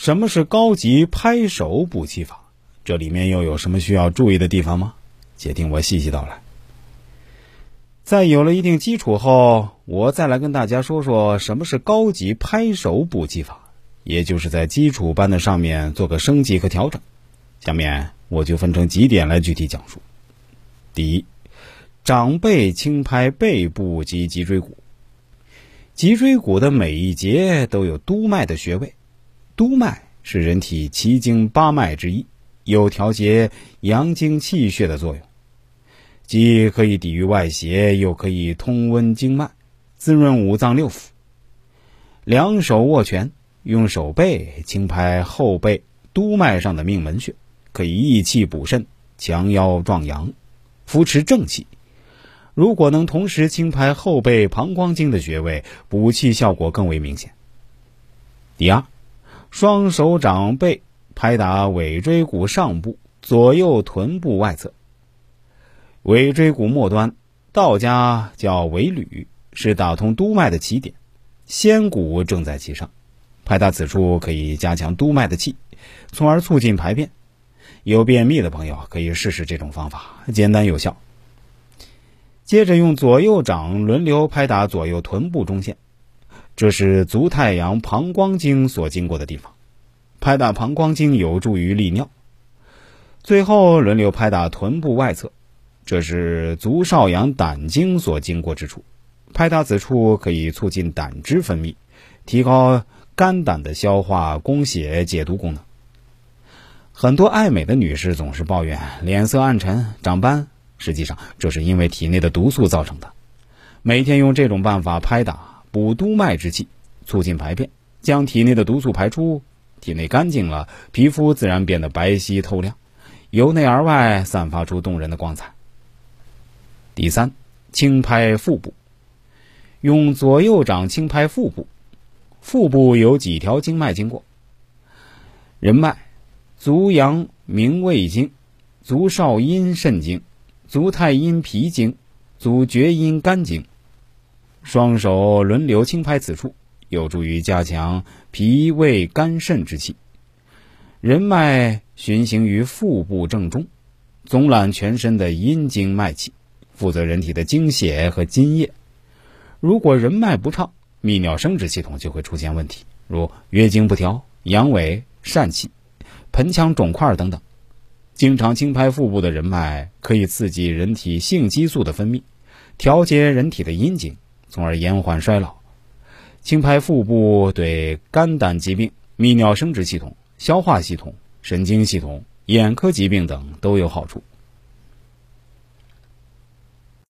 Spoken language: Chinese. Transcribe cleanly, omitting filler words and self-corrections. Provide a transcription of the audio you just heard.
什么是高级拍手补气法？这里面又有什么需要注意的地方吗？且听我细细道来。在有了一定基础后，我再来跟大家说说什么是高级拍手补气法，也就是在基础班的上面做个升级和调整。下面我就分成几点来具体讲述。第一，掌背轻拍背部及脊椎骨。脊椎骨的每一节都有督脉的穴位，督脉是人体奇经八脉之一，有调节阳经气血的作用，既可以抵御外邪，又可以通温经脉，滋润五脏六腑。两手握拳，用手背轻拍后背督脉上的命门穴，可以益气补肾，强腰壮阳，扶持正气。如果能同时轻拍后背膀胱经的穴位，补气效果更为明显。第二，双手掌背拍打尾椎骨上部左右臀部外侧。尾椎骨末端，道家叫尾闾，是打通督脉的起点，仙骨正在其上。拍打此处可以加强督脉的气，从而促进排便。有便秘的朋友可以试试这种方法，简单有效。接着用左右掌轮流拍打左右臀部中线，这是足太阳膀胱经所经过的地方，拍打膀胱经有助于利尿。最后轮流拍打臀部外侧，这是足少阳胆经所经过之处，拍打此处可以促进胆汁分泌，提高肝胆的消化、供血、解毒功能。很多爱美的女士总是抱怨脸色暗沉、长斑，实际上这是因为体内的毒素造成的。每天用这种办法拍打，补督脉之气，促进排便，将体内的毒素排出，体内干净了，皮肤自然变得白皙透亮，由内而外散发出动人的光彩。第三，轻拍腹部。用左右掌轻拍腹部，腹部有几条经脉经过：人脉、足阳明胃经、足少阴肾经、足太阴脾经、足厥阴肝经。双手轮流轻拍此处，有助于加强脾胃肝肾之气。人脉循行于腹部正中，总揽全身的阴经脉气，负责人体的精血和津液。如果人脉不畅，泌尿生殖系统就会出现问题，如月经不调、阳痿、疝气、盆腔肿块等等。经常轻拍腹部的人脉，可以刺激人体性激素的分泌，调节人体的阴经，从而延缓衰老。轻拍腹部对肝胆疾病、泌尿生殖系统、消化系统、神经系统、眼科疾病等都有好处。